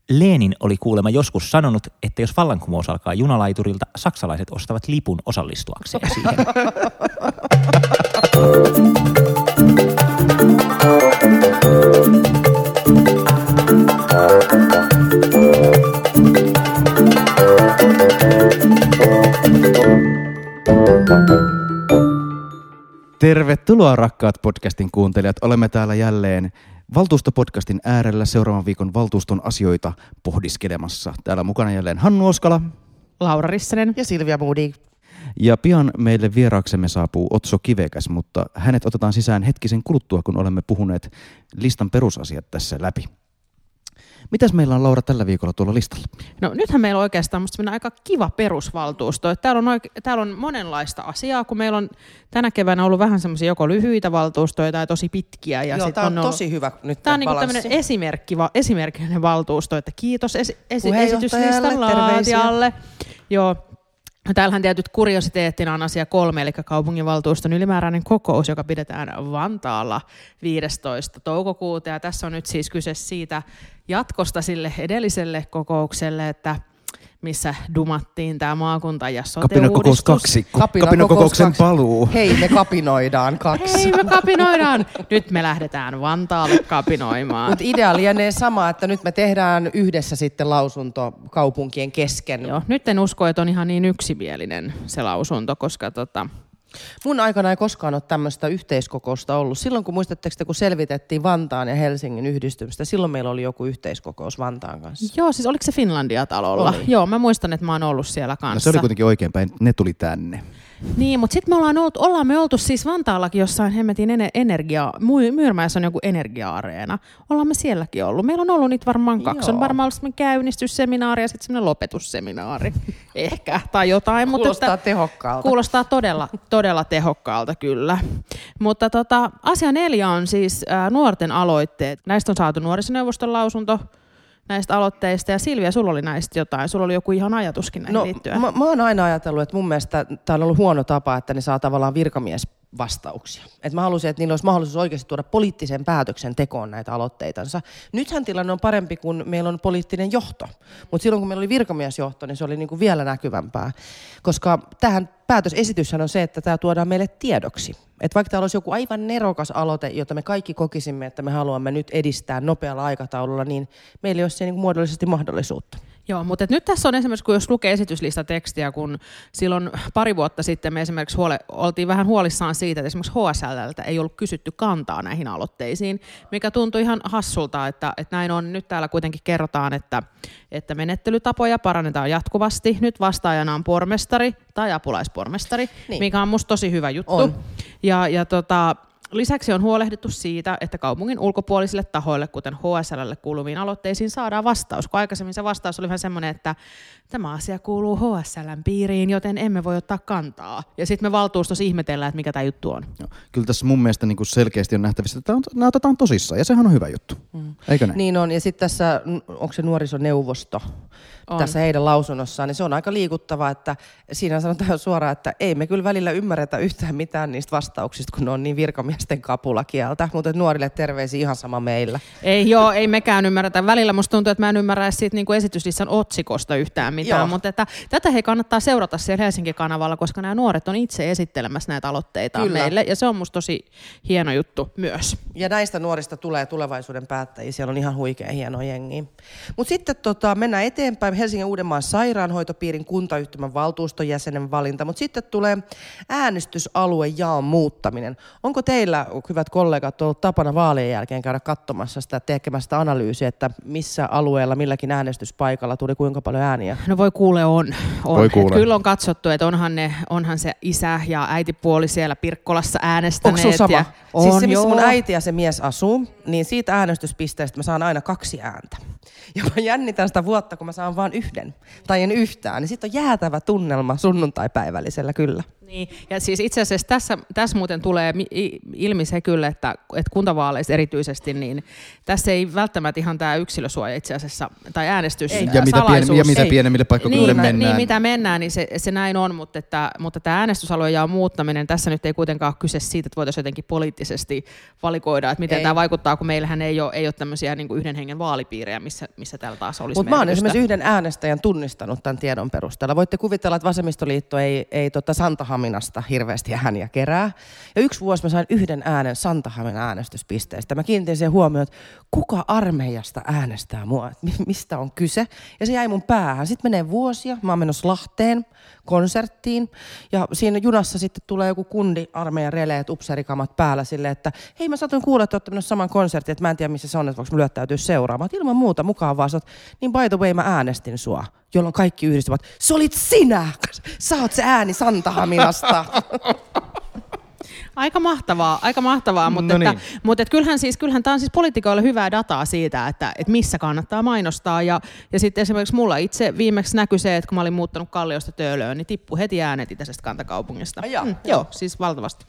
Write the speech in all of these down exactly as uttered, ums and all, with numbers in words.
Lenin oli kuulemma joskus sanonut, että jos vallankumous alkaa junalaiturilta, saksalaiset ostavat lipun osallistuakseen siihen. Tervetuloa rakkaat podcastin kuuntelijat. Olemme täällä jälleen Valtuustopodcastin äärellä seuraavan viikon valtuuston asioita pohdiskelemassa. Täällä mukana jälleen Hannu Oskala, Laura Rissanen ja Silvia Modig. Ja pian meille vieraaksemme saapuu Otso Kivekäs, mutta hänet otetaan sisään hetkisen kuluttua, kun olemme puhuneet listan perusasiat tässä läpi. Mitäs meillä on, Laura, tällä viikolla tuolla listalla? No nythän meillä on oikeastaan musta aika kiva perusvaltuusto. Täällä on, oike- täällä on monenlaista asiaa, kun meillä on tänä keväänä ollut vähän semmoisia joko lyhyitä valtuustoja tai tosi pitkiä. Ja Joo, sit tämä on, on ollut, tosi hyvä nyt tämä on niinku balanssi. tämmöinen esimerkki, esimerkillinen valtuusto, että kiitos esi- esi- Puheenjohtajalle esityslistan laatijalle. Joo. Täällähän tietyt kuriositeettina on asia kolme, eli kaupunginvaltuuston ylimääräinen kokous, joka pidetään Vantaalla viidestoista toukokuuta. Ja tässä on nyt siis kyse siitä jatkosta sille edelliselle kokoukselle, että missä dumattiin tämä maakunta- ja sote-uudistus. Kapinakokous kaksi. Kapinakokouksen paluu. Hei, me kapinoidaan kaksi. Hei, me kapinoidaan. Nyt me lähdetään Vantaalle kapinoimaan. Mutta idea lienee sama, että nyt me tehdään yhdessä sitten lausunto kaupunkien kesken. Joo, nyt en usko, että on ihan niin yksimielinen se lausunto, koska tota... Mun aikana ei koskaan ole tämmöistä yhteiskokousta ollut. Silloin kun muistatteko te, kun selvitettiin Vantaan ja Helsingin yhdistymistä, silloin meillä oli joku yhteiskokous Vantaan kanssa. Joo, siis oliko se Finlandia-talolla? Oli. Joo, mä muistan, että mä oon ollut siellä kanssa. No se oli kuitenkin oikeinpäin, ne tuli tänne. Niin, mutta sitten me ollaan, oltu, ollaan me oltu siis Vantaallakin jossain hemmetin energia, Myyrmäessä on joku energia-areena. Ollaan me sielläkin ollut. Meillä on ollut niitä varmaan kaksi. Joo. On varmaan ollut semmoinen käynnistysseminaari ja sitten semmoinen lopetusseminaari. Ehkä, tai jotain. Kuulostaa mutta tehokkaalta. Kuulostaa todella, todella tehokkaalta, kyllä. Mutta tota, asia neljä on siis ää, nuorten aloitteet. Näistä on saatu nuorisoneuvoston lausunto näistä aloitteista, ja Silvia, sulla oli näistä jotain, sulla oli joku ihan ajatuskin näihin No, liittyen. mä, mä oon aina ajatellut, että mun mielestä tämä on ollut huono tapa, että ne saa tavallaan virkamiesvastauksia. Et mä halusin, että niillä olisi mahdollisuus oikeasti tuoda poliittisen päätöksen tekoon näitä aloitteitansa. Nythän tilanne on parempi, kun meillä on poliittinen johto, mutta silloin kun meillä oli virkamiesjohto, niin se oli niinku vielä näkyvämpää, koska tähän päätösesityshän on se, että tämä tuodaan meille tiedoksi. Että vaikka täällä olisi joku aivan nerokas aloite, jota me kaikki kokisimme, että me haluamme nyt edistää nopealla aikataululla, niin meillä ei ole se niin kuin muodollisesti mahdollisuutta. Joo, mutta nyt tässä on esimerkiksi, kun jos lukee esityslistatekstiä, kun silloin pari vuotta sitten me esimerkiksi huole, oltiin vähän huolissaan siitä, että esimerkiksi H S L:ltä ei ollut kysytty kantaa näihin aloitteisiin, mikä tuntui ihan hassulta, että, että näin on. Nyt täällä kuitenkin kerrotaan, että, että menettelytapoja parannetaan jatkuvasti. Nyt vastaajana on pormestari tai apulaispormestari, niin. Mikä on musta tosi hyvä juttu. On. Ja, ja tota... Lisäksi on huolehdittu siitä, että kaupungin ulkopuolisille tahoille, kuten H S L:lle kuuluviin aloitteisiin, saadaan vastaus. Kun aikaisemmin se vastaus oli vähän semmoinen, että tämä asia kuuluu H S L:n piiriin, joten emme voi ottaa kantaa. Ja sitten me valtuustossa ihmetellään, että mikä tämä juttu on. No, kyllä tässä mun mielestä niin kuin selkeästi on nähtävissä, että nämä otetaan tosissaan, ja sehän on hyvä juttu. Mm. Eikö näin? Niin on, ja sitten tässä, onko se nuorisoneuvosto On. tässä heidän lausunnossaan, niin se on aika liikuttava, että siinä sanotaan suoraan, että ei me kyllä välillä ymmärretä yhtään mitään niistä vastauksista, kun ne on niin virkamiesten kapulakieltä, mutta nuorille terveisiä ihan sama meillä. Ei joo, ei mekään ymmärretä. Välillä musta tuntuu, että mä en ymmärrä siitä niin kuin esityslistan otsikosta yhtään mitään, Joo. mutta että, tätä he kannattaa seurata siellä Helsinki-kanavalla, koska nämä nuoret on itse esittelemässä näitä aloitteita Kyllä. meille, ja se on musta tosi hieno juttu myös. Ja näistä nuorista tulee tulevaisuuden päättäjiä, siellä on ihan huikea hieno jengi. Mutta sitten tota, mennään eteenpäin, Helsingin Uudenmaan sairaanhoitopiirin kuntayhtymän valtuuston jäsenen valinta, mutta sitten tulee äänestysaluejaon muuttaminen. Onko teillä, hyvät kollegat, ollut tapana vaalien jälkeen käydä katsomassa sitä tekemästä analyysiä, että missä alueella, milläkin äänestyspaikalla tuli kuinka paljon ääniä? No voi kuule on. on. Voi kuule. Kyllä on katsottu, että onhan, ne, onhan se isä ja äitipuoli siellä Pirkkolassa äänestäneet. Onko sun sama? Ja on, siis se, missä joo. mun äiti ja se mies asuu, niin siitä äänestyspisteestä mä saan aina kaksi ääntä. Ja mä jännitän sitä vuotta, kun mä saan vaan yhden tai en yhtään. Niin sitten on jäätävä tunnelma sunnuntaipäivällisellä kyllä. Niin, ja siis itse asiassa tässä, tässä muuten tulee ilmi se kyllä, että, että kuntavaaleissa erityisesti, niin tässä ei välttämättä ihan tämä yksilösuoja itse asiassa, tai äänestys, ei, ja, mitä pieni, ja mitä pienemmille paikkakunnille niin, mennään. Niin, mitä mennään, niin se, se näin on, mutta, että, mutta tämä äänestysalue ja muuttaminen, tässä nyt ei kuitenkaan ole kyse siitä, että voitaisiin jotenkin poliittisesti valikoida, että miten ei. Tämä vaikuttaa, kun meillähän ei ole, ei ole tämmöisiä niin kuin yhden hengen vaalipiirejä, missä, missä täällä taas olisi Mutta mä oon esimerkiksi yhden äänestäjän tunnistanut tämän tiedon perusteella. Voitte kuvitella, että Vasemmistoliitto ei, ei tota Santahaminasta hirveästi ääniä kerää. Ja yksi vuosi mä sain yhden äänen Santahaminan äänestyspisteestä. Mä kiinnitin siihen huomioon, että kuka armeijasta äänestää mua, että mistä on kyse. Ja se jäi mun päähän. Sitten menee vuosia, mä oon menossa Lahteen konserttiin. Ja siinä junassa sitten tulee joku kundi armeijan releet, upseerikamat päällä silleen, että hei mä satuin kuulla, että olette menossa saman konsertin, että mä en tiedä missä se on, että voiko mä lyöttäytyä seuraamaan. Ilman muuta mukaan vaan, että niin by the way mä äänestin sua, jolloin kaikki yhdistyvät. Se olit sinä! Sä oot se ääni Santahaminasta. Aika mahtavaa, aika mahtavaa, mutta, no että, niin. mutta että kyllähän, siis, kyllähän tämä on siis poliitikoille hyvää dataa siitä, että, että missä kannattaa mainostaa. Ja, ja sitten esimerkiksi mulla itse viimeksi näkyi se, että kun mä olin muuttanut Kalliosta Töölöön, niin tippui heti äänet itäisestä kantakaupungista. Ja, mm, joo, siis valtavasti.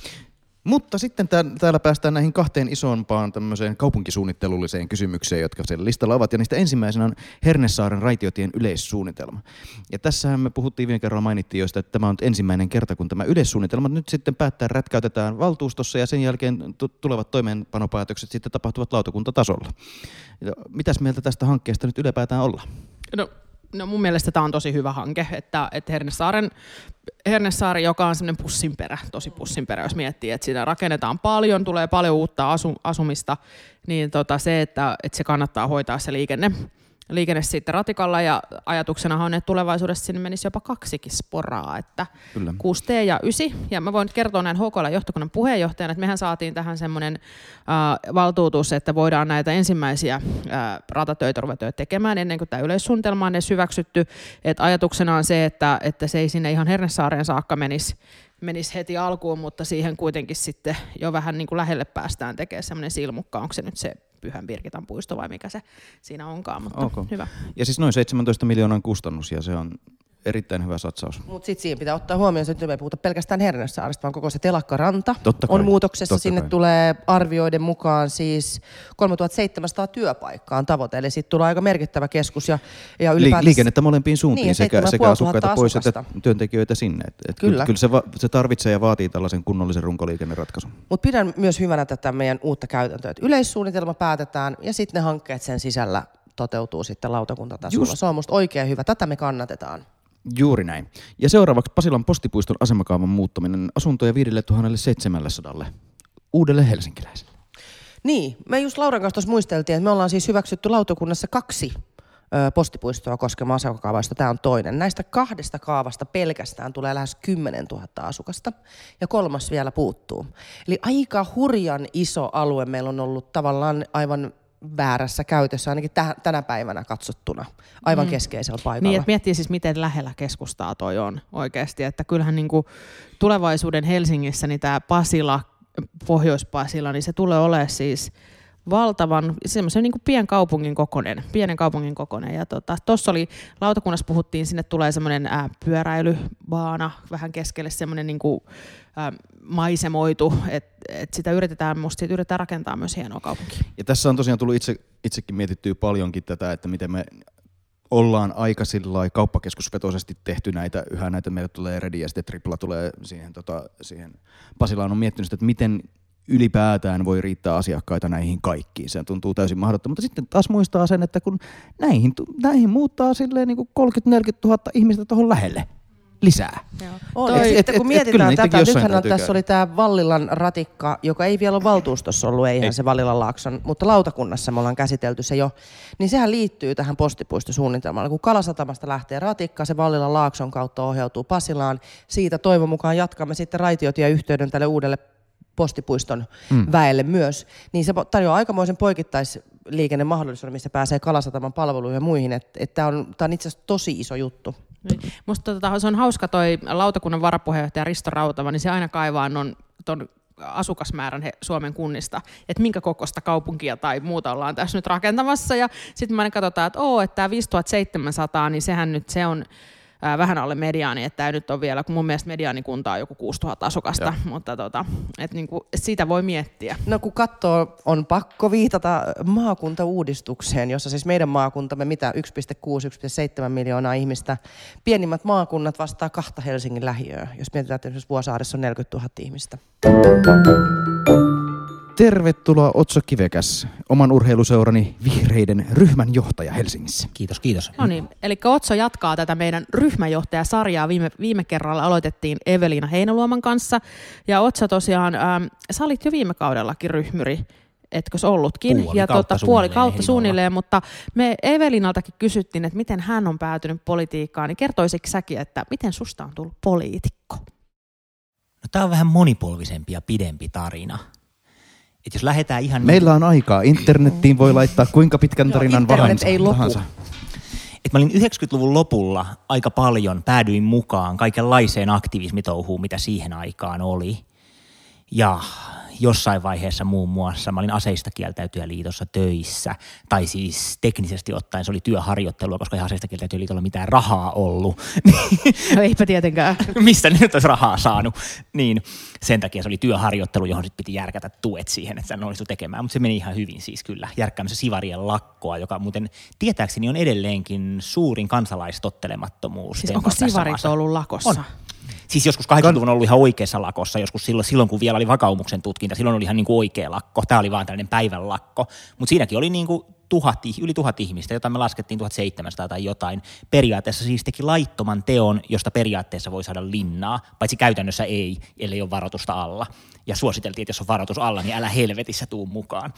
Mutta sitten täällä päästään näihin kahteen isompaan tämmöiseen kaupunkisuunnittelulliseen kysymykseen, jotka siellä listalla ovat. Ja niistä ensimmäisenä on Hernesaaren raitiotien yleissuunnitelma. Ja tässähän me puhuttiin viime kerralla, mainittiin jo sitä, että tämä on nyt kerta, kun tämä yleissuunnitelma nyt sitten päättää rätkäytetään valtuustossa ja sen jälkeen t- tulevat toimeenpanopäätökset sitten tapahtuvat lautakuntatasolla. Ja mitäs mieltä tästä hankkeesta nyt ylipäätään ollaan? No. No mun mielestä tämä on tosi hyvä hanke, että, että Hernesaaren, Hernesaari, joka on semmoinen pussinperä, tosi pussinperä, jos miettii, että siinä rakennetaan paljon, tulee paljon uutta asu, asumista, niin tota se, että, että se kannattaa hoitaa se liikenne, liikenne sitten ratikalla, ja ajatuksena on, että tulevaisuudessa sinne menisi jopa kaksikin sporaa, että Kyllä. kuusi T ja yhdeksän, ja mä voin kertoa näin H K L-johtokunnan puheenjohtajana, että mehän saatiin tähän semmoinen äh, valtuutus, että voidaan näitä ensimmäisiä äh, ratatöitä ruveta tekemään ennen kuin tämä yleissuunnitelma on edes hyväksytty, että ajatuksena on se, että, että se ei sinne ihan Hernesaareen saakka menisi, menisi heti alkuun, mutta siihen kuitenkin sitten jo vähän niin kuin lähelle päästään tekemään semmoinen silmukka, onko se nyt se Pyhän Birgitan puisto vai mikä se siinä onkaan, mutta okay. Hyvä. Ja siis noin seitsemäntoista miljoonan kustannus ja se on erittäin hyvä satsaus. Mutta sitten siinä pitää ottaa huomioon, että me ei puhuta pelkästään Hernesaaresta, vaan koko se telakkaranta Totta on kai. muutoksessa. Totta Sinne kai. tulee arvioiden mukaan siis kolmetuhattaseitsemänsataa työpaikkaa on tavoite, eli sitten tulee aika merkittävä keskus. Ja, ja ylipäätänsä... Liikennettä molempiin suuntiin, niin, sekä, sekä asukkaita pois asukasta. että työntekijöitä sinne. Et, et kyllä. Kyllä se, va- se tarvitsee ja vaatii tällaisen kunnollisen runkoliikenneratkaisun. Mutta pidän myös hyvänä tätä meidän uutta käytäntöä, että yleissuunnitelma päätetään ja sitten ne hankkeet sen sisällä toteutuu sitten lautakuntatasolla. Just. Se on musta oikein hyvä. Tätä me kannatetaan. Juuri näin. Ja seuraavaksi Pasilan postipuiston asemakaavan muuttaminen asuntoja viisituhattaseitsemänsataa uudelle helsinkiläiselle. Niin, me just Lauran kanssa tuossa muisteltiin, että me ollaan siis hyväksytty lautakunnassa kaksi ö, postipuistoa koskemaan asemakaavasta. Tämä on toinen. Näistä kahdesta kaavasta pelkästään tulee lähes kymmenen tuhatta asukasta ja kolmas vielä puuttuu. Eli aika hurjan iso alue meillä on ollut tavallaan aivan väärässä käytössä, ainakin täh- tänä päivänä katsottuna, aivan mm. keskeisellä paikalla. Niin, että miettii siis, miten lähellä keskustaa toi on oikeasti, että kyllähän niin kuin tulevaisuuden Helsingissä niin tämä Pasila, Pohjois-Pasila, niin se tulee olemaan siis valtavan, semmoisen niin kuin pienkaupungin kokoinen, pienen kaupungin kokoinen. Ja tuossa tota, oli, lautakunnassa puhuttiin, sinne tulee semmoinen ää, pyöräilybaana vähän keskelle, semmoinen niin kuin, ää, maisemoitu, että et sitä yritetään, musta siitä yritetään rakentaa myös hienoa kaupunkia. Ja tässä on tosiaan tullut itse, itsekin mietittyä paljonkin tätä, että miten me ollaan aika sillai kauppakeskusvetoisesti tehty näitä, yhä näitä, meille tulee Redi ja sitten Tripla tulee siihen, tota, siihen Pasilaan on miettinyt sitä, että miten ylipäätään voi riittää asiakkaita näihin kaikkiin. Se tuntuu täysin mahdottomalta. Mutta sitten taas muistaa sen, että kun näihin, näihin muuttaa silleen niin kuin kolmekymmentä neljäkymmentä tuhatta ihmistä tuohon lähelle lisää. On, et, et, et, kun et, mietitään et, tätä, nythän tässä oli tämä Vallilan ratikka, joka ei vielä ole valtuustossa ollut, eihän ei. se Vallilan laakson, mutta lautakunnassa me ollaan käsitelty se jo, niin sehän liittyy tähän postipuistosuunnitelmaan. Kun Kalasatamasta lähtee ratikka, se Vallilan laakson kautta ohjautuu Pasilaan, siitä toivon mukaan jatkamme sitten raitiotieyhteyden tälle uudelle postipuiston mm. väelle myös, niin se tarjoaa aikamoisen poikittaisliikennemahdollisuuden, missä pääsee Kalasataman palveluihin ja muihin, että et tämä on, on itse asiassa tosi iso juttu. Musta tota, se on hauska toi lautakunnan varapuheenjohtaja Risto Rautava, niin se aina kaivaa non, ton asukasmäärän he, Suomen kunnista, että minkä kokoista kaupunkia tai muuta ollaan tässä nyt rakentamassa, ja sitten mä aina katsotaan, että oo, että tämä viisituhattaseitsemänsataa, niin sehän nyt se on ää, vähän alle mediaani, että tämä nyt on vielä, kun mun mielestä mediaanikunta on joku kuusituhatta asukasta, ja. mutta tota, et niinku, siitä voi miettiä. No kun katsoo, on pakko viitata maakuntauudistukseen, jossa siis meidän maakuntamme, mitä yksi pilkku kuusi - yksi pilkku seitsemän miljoonaa ihmistä, pienimmät maakunnat vastaa kahta Helsingin lähiöä, jos mietitään, että esimerkiksi Vuosaaressa on neljäkymmentätuhatta ihmistä. Tervetuloa Otso Kivekäs, oman urheiluseurani Vihreiden ryhmän johtaja Helsingissä. Kiitos, kiitos. No niin, eli Otso jatkaa tätä meidän ryhmäjohtajasarjaa. Viime, viime kerralla aloitettiin Eveliina Heinäluoman kanssa. Ja Otso tosiaan, ähm, sä olit jo viime kaudellakin ryhmyri, etkö ollutkin? Puoli ja kautta tota, puoli kautta suunnilleen, suunnilleen, mutta me Evelinaltakin kysyttiin, että miten hän on päätynyt politiikkaan. Niin kertoisitko säkin, että miten susta on tullut poliitikko? No, tää on vähän monipolvisempi ja pidempi tarina. Et jos lähdetään ihan... Meillä on aikaa. Internettiin voi laittaa kuinka pitkän tarinan Internet vahansa ei lopu. tahansa. Et mä olin yhdeksänkymmentäluvun lopulla aika paljon, päädyin mukaan kaikenlaiseen aktivismitouhuun, mitä siihen aikaan oli. Ja jossain vaiheessa muun muassa mä olin Aseistakieltäytyjäliitossa töissä, tai siis teknisesti ottaen se oli työharjoittelua, koska ei Aseistakieltäytyjäliitolla mitään rahaa ollut. No eipä tietenkään. Mistä nyt olisi rahaa saanut? Niin sen takia se oli työharjoittelu, johon sitten piti järkätä tuet siihen, että sen onnistu tekemään. Mutta se meni ihan hyvin siis kyllä. Järkkäämässä Sivarien lakkoa, joka muuten tietääkseni on edelleenkin suurin kansalaistottelemattomuus. Siis onko Sivarit ollut lakossa? On. Siis joskus kahdeksankymmentäluvun on ollut ihan oikeassa lakossa, joskus silloin, silloin kun vielä oli vakaumuksen tutkinta, silloin oli ihan niin kuin oikea lakko. Tämä oli vaan tällainen päivän lakko, mutta siinäkin oli niin kuin tuhat, yli tuhat ihmistä, jota me laskettiin tuhatseitsemänsataa tai jotain. Periaatteessa siis teki laittoman teon, josta periaatteessa voi saada linnaa, paitsi käytännössä ei, ellei ole varoitusta alla. Ja suositeltiin, että jos on varoitus alla, niin älä helvetissä tuu mukaan.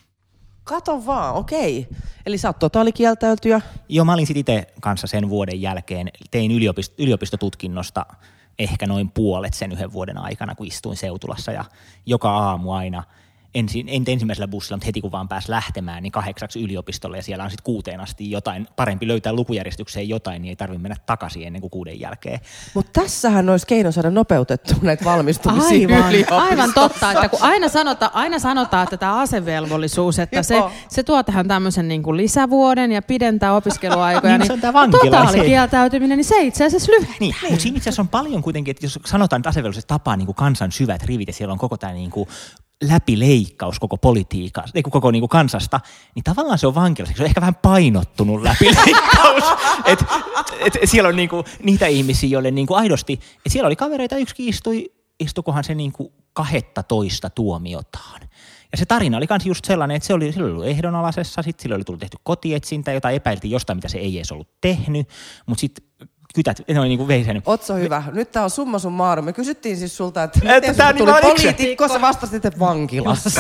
Kato vaan, okei. Eli sä oot totaalikieltäytyjä. Joo, mä olin sitten itse kanssa sen vuoden jälkeen, tein yliopist- yliopistotutkinnosta ehkä noin puolet sen yhden vuoden aikana, kun istuin Seutulassa ja joka aamu aina, ensin, en ensimmäisellä bussilla, mutta heti kun vaan pääsi lähtemään, niin kahdeksaksi yliopistolle ja siellä on sitten kuuteen asti jotain, parempi löytää lukujärjestykseen jotain, niin ei tarvitse mennä takaisin ennen kuin kuuden jälkeen. Mutta tässähän olisi keino saada nopeutettua näitä valmistumisia Aivan, yliopistossa. aivan totta, että kun aina sanotaan, aina sanotaan että tämä asevelvollisuus, että se, se tuo tähän tämmöisen niin kuin lisävuoden ja pidentää opiskeluaikoja, Niin, se on tää niin vankila, totaalikieltäytyminen, niin se itse asiassa lyhentää. Niin, mutta siinä itse asiassa on paljon kuitenkin, että jos sanotaan, että asevelvollisuus tapaa niin kuin kansan syvät rivit ja siellä on koko tämä niin kuin läpileikkaus koko politiikasta, ei koko niin kuin kansasta, niin tavallaan se on vankilassa, se on ehkä vähän painottunut läpileikkaus. et, et, et siellä on niin kuin niitä ihmisiä, joille niin kuin aidosti, että siellä oli kavereita, yksikin istui, istukohan se niin kuin kahdeksantoista tuomiotaan. Ja se tarina oli myös just sellainen, että se oli, sillä oli ollut ehdonalaisessa, sitten sillä oli tullut tehty kotietsintä, jota epäiltiin jostain, mitä se ei edes ollut tehnyt, mutta sitten kytät, ne oli niinku vei sen. Otso hyvä. Nyt tää on summa summarum. Me kysyttiin siis sulta, että Että miten tää susta tuli niin poliitikko, sä vastasit, että vankilassa.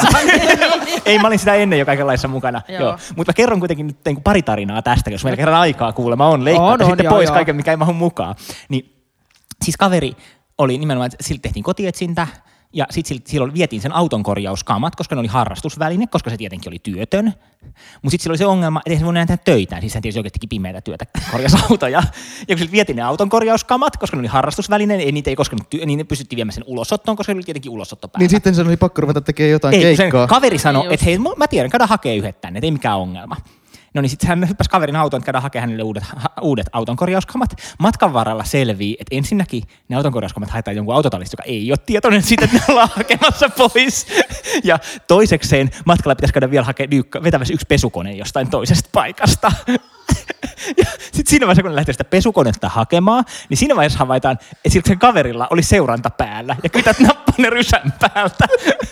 Ei, mä olin sitä ennen jo kaikenlaissa mukana. Joo. Joo. Mutta mä kerron kuitenkin nyt niin kuin pari tarinaa tästä, jos meillä kerran aikaa kuulemma on leikkaa On, on, sitten joo, pois joo. kaiken, mikä ei mahu mukaan. Niin, siis kaveri oli nimenomaan, että siltä tehtiin kotietsintä, ja sitten silloin vietiin sen auton korjauskamat, koska ne oli harrastusväline, koska se tietenkin oli työtön. Mutta sitten silloin oli se ongelma, että ei se voinut enää tehdä töitään. Siis hän tietysti oikein teki pimeätä työtä, korjasi autoja. Ja kun siltä vietiin ne auton korjauskamat, koska ne oli harrastusväline, ei niitä ei koskenut työ, niin ne pystyttiin viemään sen ulosottoon, koska se oli tietenkin ulosotto päällä. Niin sitten sen oli pakko ruveta tekemään jotain ei, keikkaa. Sen kaveri sanoi, Niin että hei, mä tiedän, käydään hakea yhdet tänne, et ei mikään ongelma. No niin sitten hän hyppäsi kaverin autoon, että käydään hakemaan hänelle uudet, ha, uudet autonkorjauskamat. Matkan varrella selvii, että ensinnäkin ne autonkorjauskamat haetaan jonkun autotallista, joka ei ole tietoinen siitä, että ne ollaan hakemassa pois. Ja toisekseen matkalla pitäisi käydä vielä hakea, vetämässä yksi pesukone jostain toisesta paikasta. Ja sitten siinä vaiheessa, kun ne lähtee sitä pesukonetta hakemaan, niin siinä vaiheessa havaitaan, että sillä sen kaverilla oli seuranta päällä ja kytät nappaa ne rysän päältä.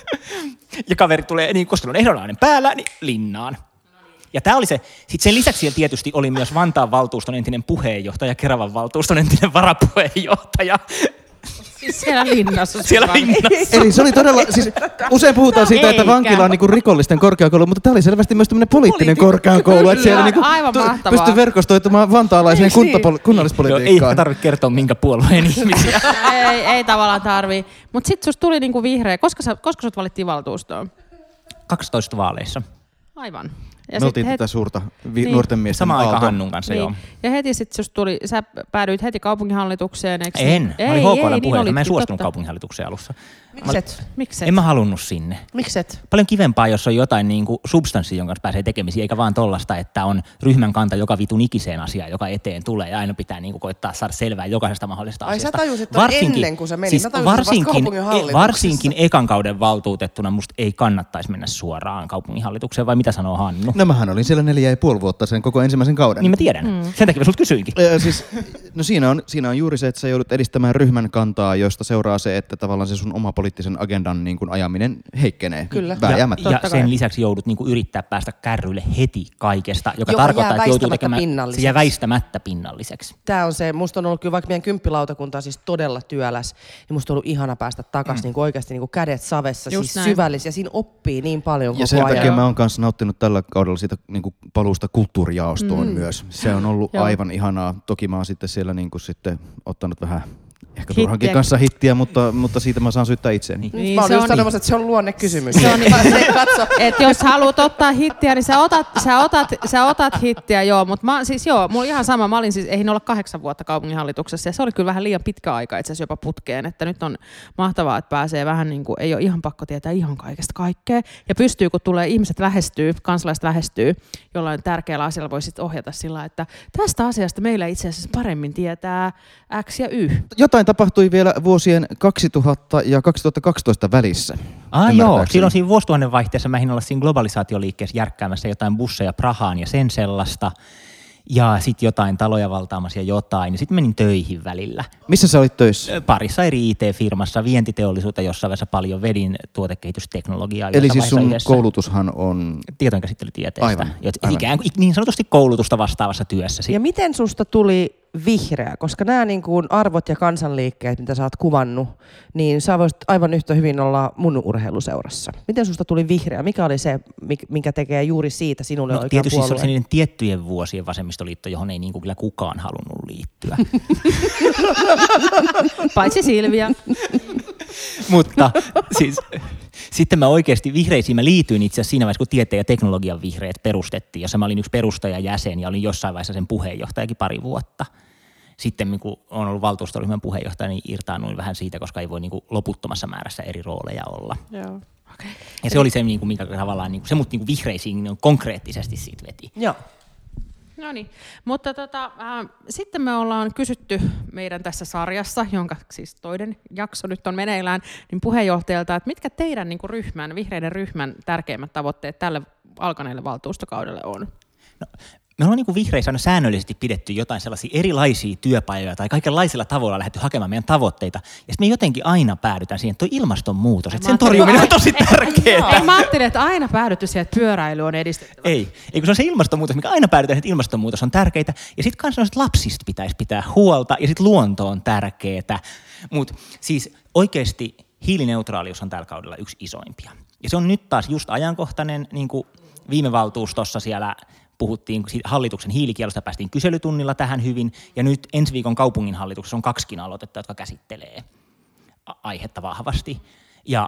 Ja kaveri tulee, niin koska on ehdonalainen päällä, niin linnaan. Ja tämä oli se, sitten sen lisäksi siellä tietysti oli myös Vantaan valtuuston entinen puheenjohtaja, Keravan valtuuston entinen varapuheenjohtaja. Siis siellä linnassa. Siellä linnassa. Eli se oli todella, siis usein puhutaan siitä, että Eikä. vankila on niinku rikollisten korkeakoulu, mutta tämä oli selvästi myös tämmöinen poliittinen korkeakoulu, että siellä Kyllä, niinku aivan tu- mahtavaa. pystyi verkostoitumaan vantaalaiseen Niin, niin. kuntapol- Joo, ei kunnallispolitiikkaan. ehkä tarvitse kertoa minkä puolueen ihmisiä. ei, ei tavallaan tarvii. Mutta sitten susta tuli niinku vihreä. Koska, sä, koska sut valittiin valtuustoon? kaksitoista vaaleissa. Aivan. Ja me oltiin heti, tätä suurta vi- niin, nuorten miesten samaan aikaan aaltoa. Hannun kanssa, niin. joo. Ja heti sitten just tuli, sä päädyit heti kaupunginhallitukseen, eikö? En, ei, mä olin H K L:n niin puheenjohtaja, mä en suostunut totta. kaupunginhallitukseen alussa. Mikset? Mikset? En mä halunnut sinne. Mikset? Paljon kivempaa, jos on jotain niin kuin substanssia, jonka kanssa pääsee tekemisiin, eikä vaan tollasta, että on ryhmän kanta joka vitun ikiseen asiaan, joka eteen tulee, ja aina pitää niin kuin koittaa saada selvää jokaisesta mahdollisesta Ai, asiasta. sä tajusit ton ennen kuin sä menit. Siis mä tajusin varsinkin, vasta kaupunginhallituksessa. varsinkin ekan kauden valtuutettuna musta ei kannattaisi mennä suoraan kaupunginhallitukseen, vai mitä sanoo Hannu? No mähän olin siellä neljä ja puoli vuotta sen koko ensimmäisen kauden. Niin mä tiedän. Mm. Sen takia mä sulta kysyinkin. Ja siis, no siinä on, siinä on juuri se, että sä joudut edistämään ryhmän kantaa, josta seuraa se, että tavallaan se sun oma poliittisen agendan niin kuin ajaminen heikkenee. Kyllä. Vääjäämättä. Ja, ja sen lisäksi joudut niinku yrittää päästä kärryille heti kaikesta, joka, Joka tarkoittaa, jää että joutuu väistämättä tekemään, se pinnalliseksi. jää väistämättä pinnalliseksi. Tämä on se, musta on ollut kyllä vaikka meidän kymppilautakunta on siis todella työläs, niin musta on ollut ihana päästä takaisin mm. niin oikeasti niin kädet savessa, Just siis näin. syvällisiä, ja siinä oppii niin paljon Ja koko sen ajan. takia mä oon kanssa nauttinut tällä kaudella siitä niin kuin paluusta kulttuurijaostoon mm. myös. Se on ollut Joo. aivan ihanaa. Toki mä oon sitten siellä niin kuin sitten ottanut vähän ehkä Hittiä. turhankin kanssa hittiä, mutta, mutta siitä mä saan syyttää itseäni. Niin, mä olin se just on sanomassa, että se on luonnekysymys. Se on niin. Katso. Et jos haluat ottaa hittiä, niin sä otat, sä otat, sä otat hittiä, joo. Mutta mä, siis joo, mulla ihan sama. Mä olin siis, eihin olla kahdeksan vuotta kaupunginhallituksessa, ja se oli kyllä vähän liian pitkä aika itse asiassa jopa putkeen. Että nyt on mahtavaa, että pääsee vähän niin kuin, ei ole ihan pakko tietää ihan kaikesta kaikkea. Ja pystyy, kun tulee, ihmiset lähestyy, kansalaiset lähestyy, jollain tärkeällä asialla voi sitten ohjata sillä, että tästä asiasta meillä itse asiassa paremmin tietää X ja Y. Jotain tapahtui vielä vuosien kaksituhatta ja kaksituhattakaksitoista välissä. Ah joo, silloin siinä vuosituhannen vaihteessa mä olla siinä globalisaatioliikkeessä järkkäämässä jotain busseja Prahaan ja sen sellaista. Ja sitten jotain taloja valtaamassa ja jotain. Ja sitten menin töihin välillä. Missä sä olit töissä? Parissa eri I T-firmassa, vientiteollisuutta, jossain vaiheessa paljon vedin tuotekehitysteknologiaa. Eli siis sun yhdessä koulutushan on... tietojenkäsittelytieteestä. Aivan, aivan. Ikään kuin niin sanotusti koulutusta vastaavassa työssä. Ja miten susta tuli vihreä? Koska nämä niin kuin arvot ja kansanliikkeet, mitä sä oot kuvannut, niin sä voisit aivan yhtä hyvin olla mun urheiluseurassa. Miten susta tuli vihreä? Mikä oli se, minkä tekee juuri siitä sinulle no, oikean tietysti puolueen? se oli se niiden tiettyjen vuosien vasemmistoliitto, johon ei niin kuin kyllä kukaan halunnut liittyä. Paitsi Silvia. Mutta siis, sitten mä oikeasti vihreisiin mä liityin itse asiassa siinä vaiheessa, kun tieteen ja teknologian vihreät perustettiin, jossa mä olin yksi perustajajäsen ja olin jossain vaiheessa sen puheenjohtajakin pari vuotta. Sitten kun olen ollut valtuustoryhmän puheenjohtaja, niin irtaannuin vähän siitä, koska ei voi niin kuin loputtomassa määrässä eri rooleja olla. Joo. Okay. Ja se oli se, niin kuin, mikä tavallaan, niin kuin, se mut niin kuin vihreisiin niin konkreettisesti siitä veti. Joo. No niin, mutta tota, äh, sitten me ollaan kysytty meidän tässä sarjassa, jonka siis toinen jakso nyt on meneillään, niin puheenjohtajalta, että mitkä teidän niin kuin ryhmän, vihreiden ryhmän tärkeimmät tavoitteet tälle alkaneelle valtuustokaudelle on? No, me ollaan niin kuin vihreissä aina säännöllisesti pidetty jotain sellaisia erilaisia työpajoja tai kaikenlaisilla tavoilla lähdetty hakemaan meidän tavoitteita. Ja sitten me jotenkin aina päädytään siihen, että tuo ilmastonmuutos, että sen torjuminen on tosi tärkeää. Ei, mä ajattelin, että aina päädytty siihen, että pyöräily on edistettävä. Ei, ei kun se on se ilmastonmuutos, mikä aina päädytään, että ilmastonmuutos on tärkeää. Ja sitten kansalaiset lapsista pitäisi pitää huolta ja sitten luonto on tärkeää. Mutta siis oikeasti hiilineutraalius on tällä kaudella yksi isoimpia. Ja se on nyt taas just ajankohtainen, niin kuin viime valtuustossa siellä puhuttiin hallituksen hiilikielosta, päästiin kyselytunnilla tähän hyvin, ja nyt ensi viikon kaupunginhallituksessa on kaksikin aloitetta, jotka käsittelee aihetta vahvasti. Ja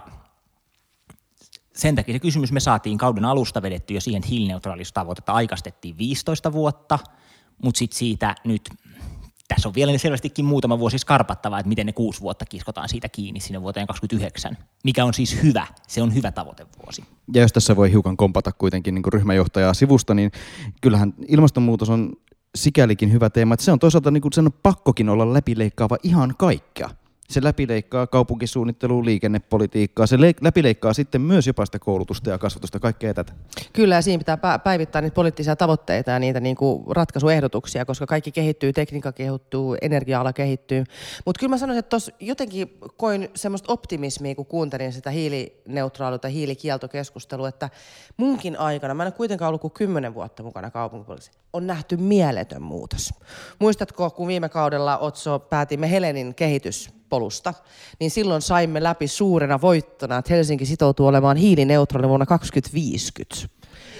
sen takia se kysymys me saatiin kauden alusta vedetty jo siihen, että hiilineutraalisuustavoitetta aikaistettiin viisitoista vuotta, mutta sitten siitä nyt, tässä on vielä selvästikin muutama vuosi skarpattavaa, että miten ne kuusi vuotta kiskotaan siitä kiinni sinne vuoteen kaksikymmentäyhdeksän, mikä on siis hyvä, se on hyvä tavoitevuosi. Ja jos tässä voi hiukan kompata kuitenkin niin kuin ryhmäjohtajaa sivusta, niin kyllähän ilmastonmuutos on sikälikin hyvä teema, että se on toisaalta niin kuin sen on pakkokin olla läpileikkaava ihan kaikkea. Se läpileikkaa kaupunkisuunnittelua, liikennepolitiikkaa, se läpileikkaa sitten myös jopa sitä koulutusta ja kasvatusta, kaikkea tätä. Kyllä, ja siinä pitää päivittää niitä poliittisia tavoitteita ja niitä niinku ratkaisuehdotuksia, koska kaikki kehittyy, tekniikka kehittyy, energia-ala kehittyy. Mutta kyllä mä sanoisin, että tuossa jotenkin koin semmoista optimismia, kun kuuntelin sitä hiilineutraaliutta, hiilikieltokeskustelua, että munkin aikana, mä en ole kuitenkaan ollut kuin kymmenen vuotta mukana kaupunkipolitiikassa, on nähty mieletön muutos. Muistatko, kun viime kaudella Otso päätimme Helenin kehityspolusta, niin silloin saimme läpi suurena voittona, että Helsinki sitoutuu olemaan hiilineutraali vuonna kaksituhattaviisikymmentä.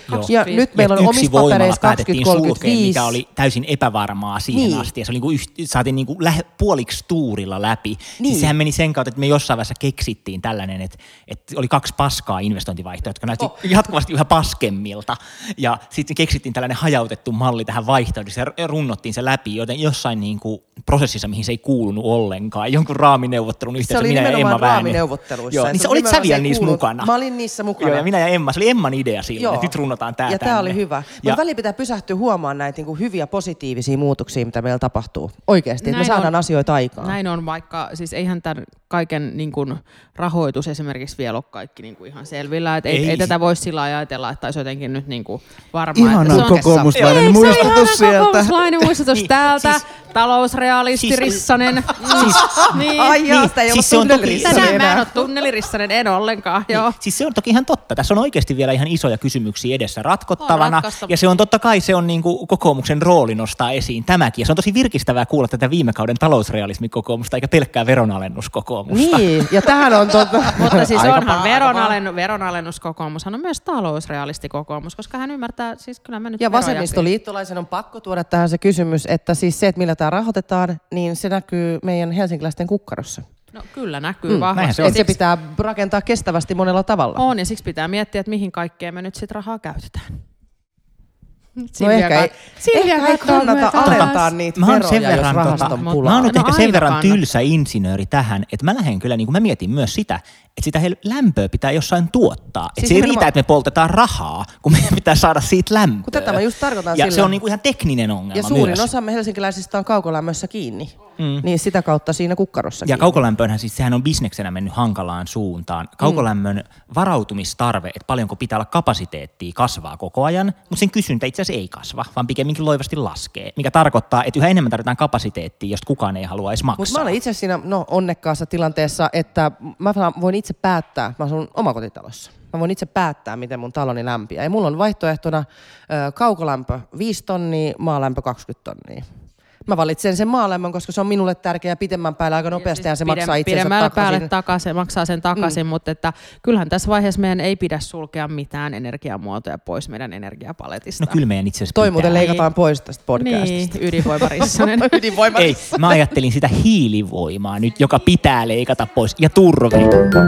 Ja nyt meillä on yksi omissa voimala papereissa päätettiin sulkea, kaksituhattakolmekymmentäviisi. mikä oli täysin epävarmaa siihen niin. asti. Ja se oli niin kuin, saatiin niin kuin lähe, puoliksi tuurilla läpi. Niin. Siis sehän meni sen kautta, että me jossain vaiheessa keksittiin tällainen, että, että oli kaksi paskaa investointivaihtoehtoja, jotka näytti oh. jatkuvasti yhä paskemmilta. Ja sitten keksittiin tällainen hajautettu malli tähän vaihtoehtoon, ja runnottiin se läpi, joten jossain niin kuin prosessissa, mihin se ei kuulunut ollenkaan, jonkun raamineuvottelun yhteydessä minä ja Emma Väänne. Raamineuvotteluissa. Joo, niin sä olit sä vielä niissä mukana. Mä olin niissä mukana. Joo, ja minä ja Emma, se oli Emman idea silloin, että nyt runnotaan tää ja tänne. tää oli hyvä. Mutta väliin pitää pysähtyä huomaan näitä niinku hyviä positiivisia muutoksia, mitä meillä tapahtuu. Oikeasti, että me saadaan on, asioita aikaan. Näin on, vaikka siis eihän tämän kaiken niin kuin, rahoitus esimerkiksi vielä ole kaikki niin kuin ihan selvillä. Et ei, ei, ei tätä voisi sillä ajatella, että olisi jotenkin nyt niin kuin varmaa. Ihana kokoomuslainen muistutus sieltä. Kokoomuslainen muistutus niin, täältä. Siis, Talousrealisti siis, Rissanen. Siis, niin. Ai jaa, sitä ei siis ole tunnelirissanen enää. enää. Mä en ole tunnelirissanen, en ollenkaan. Joo. Niin, siis se on toki ihan totta. Tässä on oikeasti vielä ihan isoja kysymyksiä edessä ratkottavana. Ja se on totta kai se on niin kuin kokoomuksen rooli nostaa esiin tämäkin. Ja se on tosi virkistävää kuulla tätä viime kauden talousrealismikokoomusta eikä pelkkää veronalennuskokoomusta. Niin, ja tähän on totta. Mutta siis onhan veronalennu, veronalennuskokoomus on myös talousrealistikokoomus, koska hän ymmärtää, siis kyllä mä nyt ja vasemmistoliittolaisen on pakko tuoda tähän se kysymys, että siis se, että millä tämä rahoitetaan, niin se näkyy meidän helsinkiläisten kukkarossa. No kyllä näkyy mm, vahvasti. Se, se pitää rakentaa kestävästi monella tavalla. On, ja siksi pitää miettiä, että mihin kaikkeen me nyt sitten rahaa käytetään. No ehkä ei, ehkä ei kannata alentaa niitä mä veroja, sen verran, jos rahaston tota, pulaa. Mä oon nyt no ehkä sen verran kannata. tylsä insinööri tähän, että mä lähden kyllä, niin kuin mä mietin myös sitä, että sitä lämpöä pitää jossain tuottaa. Siis että se ei riitä, että me poltetaan rahaa, kun meidän pitää saada siitä lämpöä. Kun tätä mä just tarkoitan ja sillä. se on niin kuin ihan tekninen ongelma. Ja suurin myös. osamme helsinkiläisistä on kaukolämmössä kiinni. Mm. Niin sitä kautta siinä kukkarossakin. Ja kaukolämpöönhän siis sehän on bisneksenä mennyt hankalaan suuntaan. Kaukolämmön mm. varautumistarve, että paljonko pitää olla kapasiteettia, kasvaa koko ajan, mutta sen kysyntä itse asiassa ei kasva, vaan pikemminkin loivasti laskee. Mikä tarkoittaa, että yhä enemmän tarvitaan kapasiteettia, josta kukaan ei halua edes maksaa. Mutta mä olen itse siinä no, onnekkaassa tilanteessa, että mä voin itse päättää, mä asun omakotitalossa. Mä voin itse päättää, miten mun taloni lämpiää. Ja mulla on vaihtoehtona ö, kaukolämpö viisi tonnia, maalämpö kaksikymmentä tonnia. Mä valitsen sen maalämmön, koska se on minulle tärkeä pitemmän päällä aika nopeasti ja, siis ja se pidem, maksaa itsensä pidemmällä takaisin. päälle takaisin, maksaa sen takaisin, mm. mutta että kyllähän tässä vaiheessa meidän ei pidä sulkea mitään energiamuotoja pois meidän energiapaletista. No kyllä meidän itse asiassa Toi pitää. muuten leikataan pois tästä podcastista. Niin, ydinvoimarissanen. Ei, mä ajattelin sitä hiilivoimaa nyt, joka pitää leikata pois, ja turve.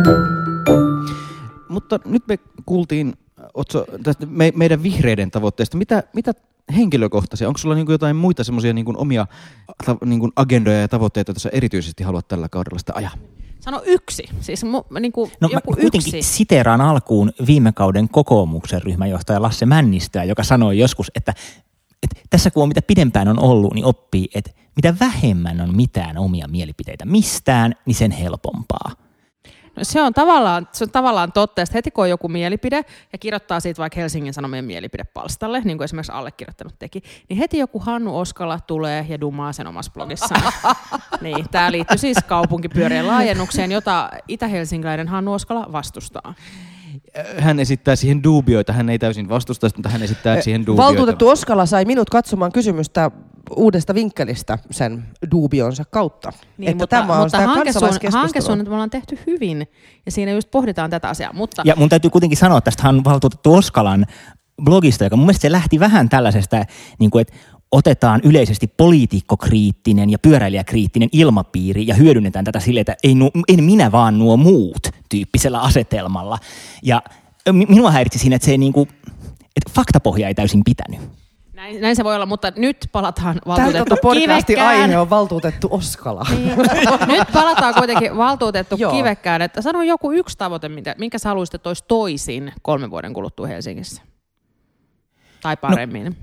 Mutta nyt me kuultiin Otso, tästä me, meidän vihreiden tavoitteista. Mitä, mitä henkilökohtaisia? Onko sulla niinku jotain muita semmoisia niinku omia ta, niinku agendoja ja tavoitteita, joita sä erityisesti haluat tällä kaudella sitä ajaa? Sano yksi. Siis mu, niinku no, joku mä kuitenkin yksi. siteeraan alkuun viime kauden kokoomuksen ryhmänjohtaja Lasse Männistöä, joka sanoi joskus, että, että tässä kun on mitä pidempään on ollut, niin oppii, että mitä vähemmän on mitään omia mielipiteitä mistään, niin sen helpompaa. No se on tavallaan, se on tavallaan totta, että heti kun on joku mielipide ja kirjoittaa siitä vaikka Helsingin Sanomien mielipidepalstalle, niin kuin esimerkiksi allekirjoittanut teki, niin heti joku Hannu Oskala tulee ja dumaa sen omassa blogissaan. Niin, tämä liittyy siis kaupunkipyörien laajennukseen, jota itä-helsinkiläinen Hannu Oskala vastustaa. Hän esittää siihen duubioita, hän ei täysin vastusta, mutta hän esittää siihen duubioita. Valtuutettu Oskala sai minut katsomaan kysymystä uudesta vinkkelistä sen duubionsa kautta. Niin, että mutta, tämä on mutta sitä hankesuunnitelma hankesuunnitelma ollaan tehty hyvin ja siinä just pohditaan tätä asiaa. Mutta ja mun täytyy kuitenkin sanoa tästä valtuutettu Oskalan blogista, joka mun mielestä se lähti vähän tällaisesta, niin kuin, että otetaan yleisesti poliitikkokriittinen ja pyöräilijäkriittinen ilmapiiri ja hyödynnetään tätä silleen, että ei, nu, en minä vaan nuo muut tyyppisellä asetelmalla. Ja minua häiritsi siinä, että se ei niin kuin, että faktapohja ei täysin pitänyt. Näin, näin se voi olla, mutta nyt palataan valtuutettu valtuutettu Kivekkään. Podcastin aihe on valtuutettu Oskala. Niin. Nyt palataan kuitenkin valtuutettu Kivekkään, että sano joku yksi tavoite, minkä sä haluaisit, että olisi toisin kolmen vuoden kuluttua Helsingissä. Tai paremmin. No.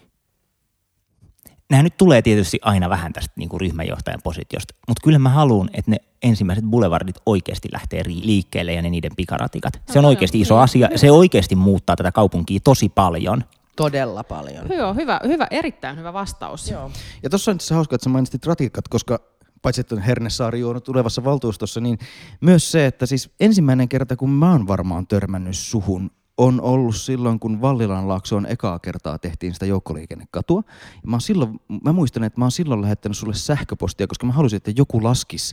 Nämä nyt tulee tietysti aina vähän tästä niin kuin ryhmänjohtajan positiosta, mutta kyllä mä haluan, että ne ensimmäiset boulevardit oikeasti lähtee liikkeelle ja ne niiden pikaratikat. Se on no, oikeasti iso asia. Se oikeasti muuttaa tätä kaupunkia tosi paljon. Todella paljon. Joo, hyvä, hyvä, erittäin hyvä vastaus. Joo. Ja tuossa on itse hauska, että sä mainitsit ratikat, koska paitsi että on Hernesaari juonut tulevassa valtuustossa, niin myös se, että siis ensimmäinen kerta, kun mä oon varmaan törmännyt suhun, on ollut silloin, kun Vallilanlaaksoon ekaa kertaa tehtiin sitä joukkoliikennekatua. Mä, silloin, mä muistan, että mä oon silloin lähettänyt sulle sähköpostia, koska mä halusin, että joku laskisi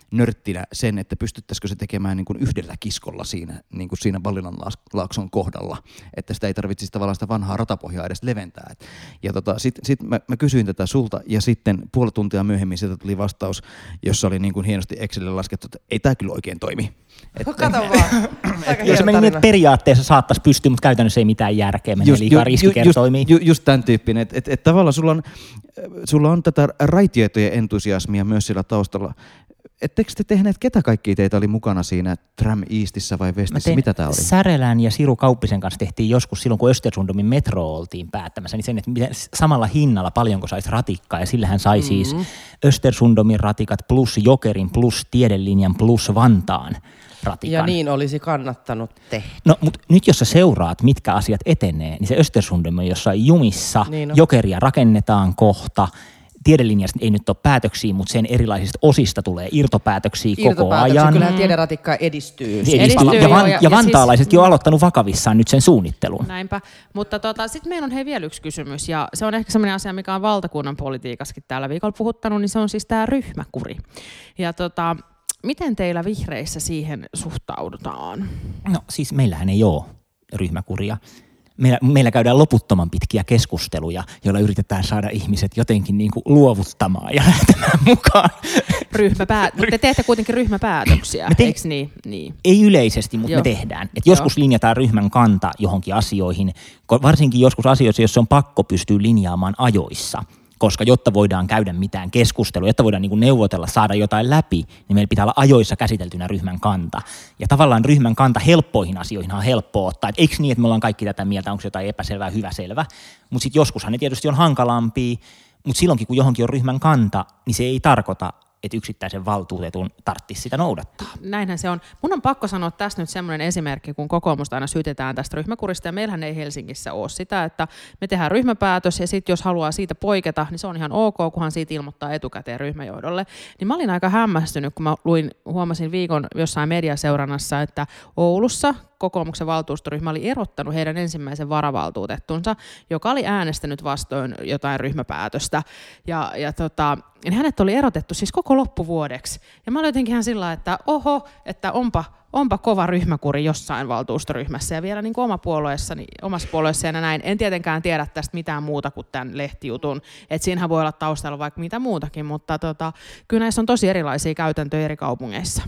nörttinä sen, että pystyttäisikö se tekemään niin kuin yhdellä kiskolla siinä, niin kuin siinä Vallinanlaakson kohdalla, että sitä ei tarvitsisi tavallaan sitä vanhaa ratapohjaa edes leventää. Ja tota, sitten sit mä, mä kysyin tätä sulta ja sitten puoli tuntia myöhemmin sieltä tuli vastaus, jossa oli niin kuin hienosti Excelille laskettu, että ei tämä kyllä oikein toimi. Että, kato vaan. Jos meni niin, että periaatteessa saattaisi pystyä, mutta käytännössä ei mitään järkeä, menee just, liikaa ju, riskikertoimiin. Just, ju, just tämän tyyppinen, että et, et tavallaan sulla on, sulla on tätä raitioitojen entusiasmia myös siellä taustalla. Ettekö te tehneet, ketä kaikki teitä oli mukana siinä Tram Eastissä vai Westissä? Mitä tämä oli? Särelän ja Siru Kauppisen kanssa tehtiin joskus silloin, kun Östersundomin metro oltiin päättämässä, niin sen, että miten, samalla hinnalla paljonko saisi ratikkaa, ja sillähän sai mm-hmm. siis Östersundomin ratikat plus Jokerin plus Tiedelinjan plus Vantaan ratikan. Ja niin olisi kannattanut tehdä. No, mutta nyt jos sä seuraat, mitkä asiat etenee, niin se Östersundom on jossain jumissa, niin on. Jokeria rakennetaan kohta, Tiedelinjasta ei nyt ole päätöksiä, mutta sen erilaisista osista tulee irtopäätöksiä koko ajan. Kyllähän tiederatikka edistyy. edistyy. edistyy ja, van, ja, ja vantaalaisetkin siis, on aloittanut vakavissaan nyt sen suunnittelun. Näinpä. Mutta tota, sitten meillä on hei vielä yksi kysymys, ja se on ehkä sellainen asia, mikä on valtakunnan politiikassakin tällä viikolla puhuttanut, niin se on siis tämä ryhmäkuri. Ja tota, miten teillä vihreissä siihen suhtaudutaan? No siis meillähän ei ole ryhmäkuria. Meillä, meillä käydään loputtoman pitkiä keskusteluja, joilla yritetään saada ihmiset jotenkin niin kuin luovuttamaan ja lähtemään mukaan. Ryhmäpää... Mutta te teette kuitenkin ryhmäpäätöksiä, te... eikö niin? niin? Ei yleisesti, mutta Joo. me tehdään. Et joskus linjataan ryhmän kanta johonkin asioihin, varsinkin joskus asioissa, joissa on pakko pystyä linjaamaan ajoissa. Koska jotta voidaan käydä mitään keskustelua, jotta voidaan niin kuin neuvotella, saada jotain läpi, niin meillä pitää olla ajoissa käsiteltynä ryhmän kanta. Ja tavallaan ryhmän kanta helppoihin asioihin on helppo ottaa. Et eikö niin, että me ollaan kaikki tätä mieltä, onko jotain epäselvää, hyvä, selvä. Mutta sitten joskushan ne tietysti on hankalampia, mutta silloinkin kun johonkin on ryhmän kanta, niin se ei tarkoita, että yksittäisen valtuutetun tarvitsisi sitä noudattaa. Näinhän se on. Mun on pakko sanoa tästä nyt semmoinen esimerkki, kun kokoomusta aina syytetään tästä ryhmäkurista, ja meillähän ei Helsingissä ole sitä, että me tehdään ryhmäpäätös, ja sitten jos haluaa siitä poiketa, niin se on ihan ok, kunhan siitä ilmoittaa etukäteen ryhmäjohdolle. Niin mä olin aika hämmästynyt, kun mä luin, huomasin viikon jossain mediaseurannassa, että Oulussa kokoomuksen valtuustoryhmä oli erottanut heidän ensimmäisen varavaltuutettunsa, joka oli äänestänyt vastoin jotain ryhmäpäätöstä. Ja, ja tota, ja hänet oli erotettu siis koko loppuvuodeksi. Ja mä olin jotenkin ihan sillä, että oho, että onpa, onpa kova ryhmäkuri jossain valtuustoryhmässä. Ja vielä niin kuin oma puolueessani, omassa puolueessani ja näin. En tietenkään tiedä tästä mitään muuta kuin tämän lehtijutun. Että siinähän voi olla taustalla vaikka mitä muutakin, mutta tota, kyllä näissä on tosi erilaisia käytäntöjä eri kaupungeissa.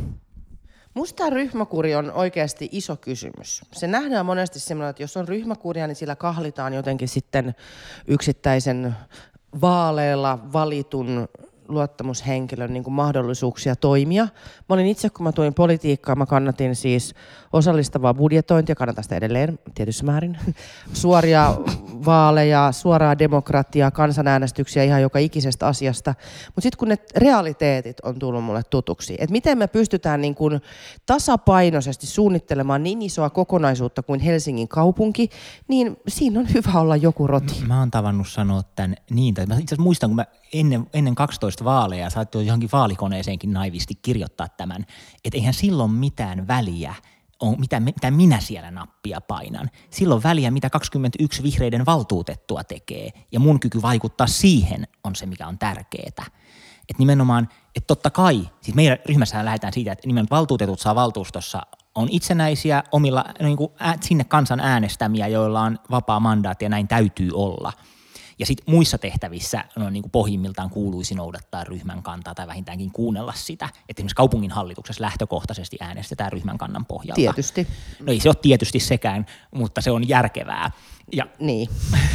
Musta tämä ryhmäkuri on oikeasti iso kysymys. Se nähdään monesti semmoinen, että jos on ryhmäkuria, niin sillä kahlitaan jotenkin sitten yksittäisen vaaleilla valitun luottamushenkilön niin kuin mahdollisuuksia toimia. Mä olin itse, kun mä tuin politiikkaan, mä kannatin siis osallistavaa budjetointia, kannatan sitä edelleen tietyssä määrin, suoria vaaleja, suoraa demokratiaa, kansanäänestyksiä ihan joka ikisestä asiasta. Mutta sitten kun ne realiteetit on tullut mulle tutuksi, että miten me pystytään niin kuin tasapainoisesti suunnittelemaan niin isoa kokonaisuutta kuin Helsingin kaupunki, niin siinä on hyvä olla joku roti. Mä oon tavannut sanoa tämän niin, että mä itse asiassa muistan, kun mä ennen, ennen kaksitoista vaaleja saattoi johonkin vaalikoneeseenkin naivisti kirjoittaa tämän, että eihän silloin mitään väliä, on, mitä, mitä minä siellä nappia painan. Silloin väliä, mitä kaksikymmentäyksi vihreiden valtuutettua tekee, ja mun kyky vaikuttaa siihen on se, mikä on tärkeää. Että nimenomaan, että totta kai, siis meidän ryhmässähän lähdetään siitä, että nimenomaan valtuutetut saa valtuustossa on itsenäisiä, omilla niin kuin ää, sinne kansan äänestämiä, joilla on vapaa mandaatti ja näin täytyy olla. Ja sitten muissa tehtävissä no, niin kuin pohjimmiltaan kuuluisi noudattaa ryhmän kantaa tai vähintäänkin kuunnella sitä. Että esimerkiksi kaupunginhallituksessa lähtökohtaisesti äänestetään ryhmän kannan pohjalta. Tietysti. No ei se ole tietysti sekään, mutta se on järkevää. Ja, niin.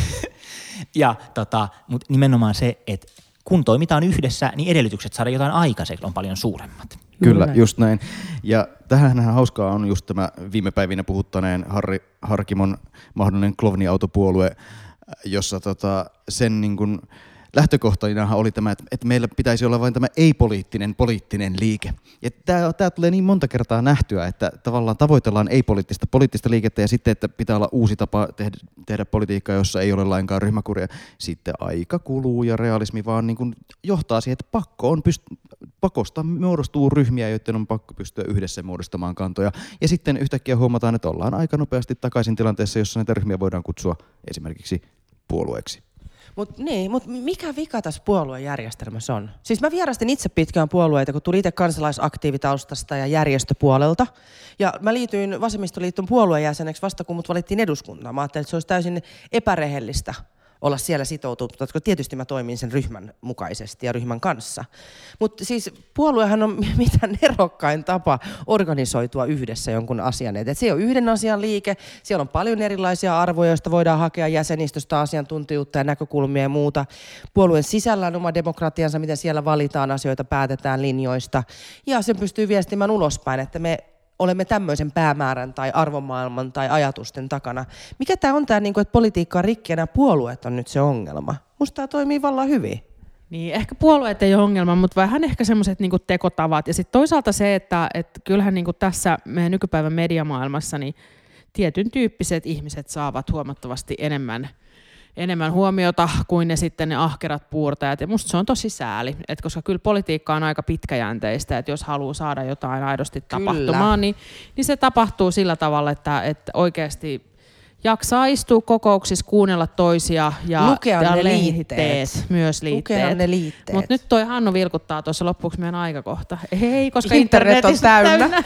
ja tota, mutta nimenomaan se, että kun toimitaan yhdessä, niin edellytykset saada jotain aikaiseksi on paljon suuremmat. Kyllä, just näin. Ja tähänhän hauskaa on just tämä viime päivinä puhuttaneen Harri Harkimon mahdollinen klovniautopuolue, jossa tota, sen niin kuin lähtökohtainahan oli tämä, että, että meillä pitäisi olla vain tämä ei-poliittinen poliittinen liike. Ja tämä, tämä tulee niin monta kertaa nähtyä, että tavallaan tavoitellaan ei-poliittista poliittista liikettä ja sitten, että pitää olla uusi tapa tehdä, tehdä politiikkaa, jossa ei ole lainkaan ryhmäkuria. Sitten aika kuluu ja realismi vaan niin kuin johtaa siihen, että pakko on pyst- pakosta muodostuu ryhmiä, joiden on pakko pystyä yhdessä muodostamaan kantoja. Ja sitten yhtäkkiä huomataan, että ollaan aika nopeasti takaisin tilanteessa, jossa näitä ryhmiä voidaan kutsua esimerkiksi puolueeksi. Mutta niin, mut mikä vika tässä puoluejärjestelmässä on? Siis mä vierastin itse pitkään puolueita, kun tuli itse kansalaisaktiivitaustasta ja järjestöpuolelta. Ja mä liityin Vasemmistoliiton puoluejäseneksi vasta, kun mut valittiin eduskuntaan. Mä ajattelin, että se olisi täysin epärehellistä olla siellä sitoutunut, koska tietysti mä toimin sen ryhmän mukaisesti ja ryhmän kanssa. Mutta siis puoluehan on mitä nerokkain tapa organisoitua yhdessä jonkun asian eteen. Se on yhden asian liike, siellä on paljon erilaisia arvoja, joista voidaan hakea jäsenistöstä asiantuntijuutta ja näkökulmia ja muuta. Puolueen sisällä on oma demokratiansa, miten siellä valitaan asioita, päätetään linjoista ja sen pystyy viestimään ulospäin, että me olemme tämmöisen päämäärän tai arvomaailman tai ajatusten takana. Mikä tämä on tämä, että politiikka on rikki ja nämä puolueet on nyt se ongelma? Musta tämä toimii vallan hyvin. Niin, ehkä puolueet ei ole ongelma, mutta vähän ehkä semmoiset niinku tekotavat. Ja sitten toisaalta se, että et kyllähän niinku tässä meidän nykypäivän mediamaailmassa niin tietyn tyyppiset ihmiset saavat huomattavasti enemmän enemmän huomiota kuin ne sitten ne ahkerat puurtajat. Ja musta se on tosi sääli, et koska kyllä politiikka on aika pitkäjänteistä, että jos haluaa saada jotain aidosti tapahtumaan, niin, niin se tapahtuu sillä tavalla, että, että oikeasti jaksaa istua kokouksissa, kuunnella toisia ja, lukea ja ne liitteet, liitteet. myös liitteet. Lukea ne liitteet. Mutta nyt toi Hannu vilkuttaa tuossa loppuksi meidän aikakohta. Ei, koska internet, internet on täynnä. täynnä.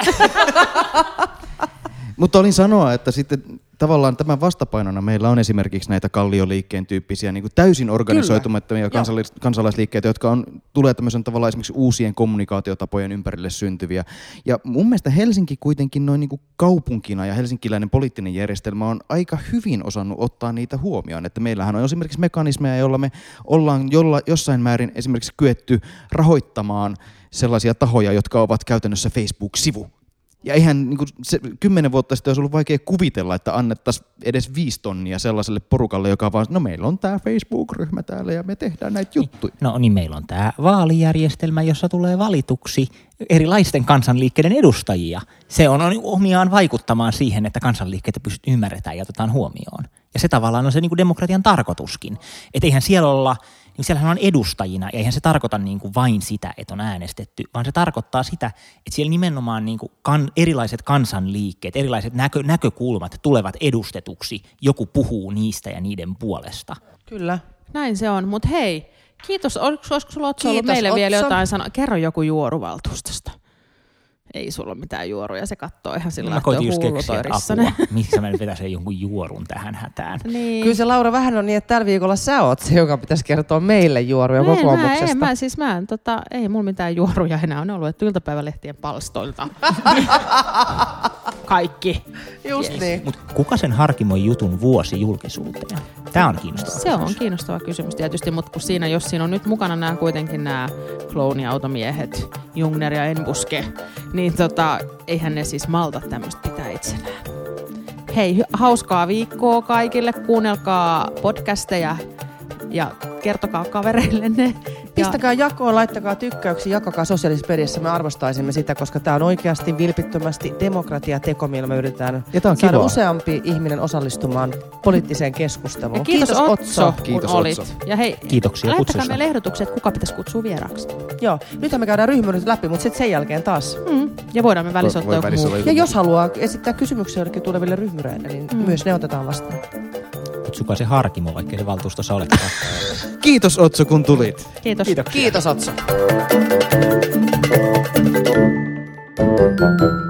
Mutta olin sanoa, että sitten tavallaan tämän vastapainona meillä on esimerkiksi näitä Kallioliikkeen tyyppisiä niin kuin täysin organisoitumattomia kansalais- kansalaisliikkeitä, jotka on, tulee tämmöisen tavallaan esimerkiksi uusien kommunikaatiotapojen ympärille syntyviä. Ja mun mielestä Helsinki kuitenkin noin niin kuin kaupunkina ja helsinkiläinen poliittinen järjestelmä on aika hyvin osannut ottaa niitä huomioon. Että meillähän on esimerkiksi mekanismeja, joilla me ollaan jolla, jossain määrin esimerkiksi kyetty rahoittamaan sellaisia tahoja, jotka ovat käytännössä Facebook-sivu. Ja eihän niin kuin se, kymmenen vuotta sitten olisi ollut vaikea kuvitella, että annettaisiin edes viisi tonnia sellaiselle porukalle, joka vaan, no meillä on tämä Facebook-ryhmä täällä ja me tehdään näitä juttuja. No niin, meillä on tämä vaalijärjestelmä, jossa tulee valituksi erilaisten kansanliikkeiden edustajia. Se on omiaan vaikuttamaan siihen, että kansanliikkeitä pystyt ymmärretään ja otetaan huomioon. Ja se tavallaan on se niin kuin demokratian tarkoituskin. Että eihän siellä olla, niin siellähän on edustajina, ja eihän se tarkoita niin kuin vain sitä, että on äänestetty, vaan se tarkoittaa sitä, että siellä nimenomaan niin kuin kan, erilaiset kansanliikkeet, erilaiset näkö, näkökulmat tulevat edustetuksi. Joku puhuu niistä ja niiden puolesta. Kyllä. Näin se on, mutta hei, kiitos. Olisiko, olisiko sulla Otso ollut Kiitos, meille vielä Otso. jotain sanoa? Kerro joku juoruvaltuustosta. Ei sulla ole mitään juoruja, se katsoo ihan sillä Mä koitin just tavalla, keksiä, että apua, missä mä nyt vetäisin jonkun juorun tähän hätään. Niin. Kyllä se Laura vähän on niin, että tällä viikolla sä oot se, joka pitäisi kertoa meille juoruja Mä en, kokoomuksesta. Mä, en, mä, siis mä en, tota, ei mulla mitään juoruja enää on ollut, että iltapäivälehtien palstoilta. Kaikki. Just Yes. niin. Mutta kuka sen Harkimon jutun vuosi julkisuuteen? Tämä on kiinnostava Se on kysymys. kiinnostava kysymys tietysti, mutta kun siinä, jos siinä on nyt mukana nämä kuitenkin nämä klooniautomiehet, Jungner ja Enbuske, niin tota, eihän ne siis malta tämmöistä pitää itsenään. Hei, hauskaa viikkoa kaikille, kuunnelkaa podcasteja ja kertokaa kavereillenne. Pistäkää jakoon, laittakaa tykkäyksiä, jakakaa sosiaalisessa mediassa. Me arvostaisimme sitä, koska tämä on oikeasti vilpittömästi demokratiateko, millä me yritetään Ja tää on saada kivaa. useampi ihminen osallistumaan poliittiseen keskusteluun. Ja kiitos, Otso, kun Kiitos, olit. Otso. Ja hei, Kiitoksia laittakaa kutsusta. meille ehdotuksia, että kuka pitäisi kutsua vieraaksi. Joo, nythän me käydään ryhmyrit läpi, mutta sitten sen jälkeen taas. Mm. Ja voidaan me välissä ottaa Voi joku välissä muu. olla Ja jos haluaa esittää kysymyksiä jollekin tuleville ryhmyreille, niin Mm. myös ne otetaan vastaan. Kutsukaa se Harkimo, vaikka se valtuustossa olekaan. Kiitos Otso, kun tulit. Kiitos. Kiitoksia. Kiitos Otso.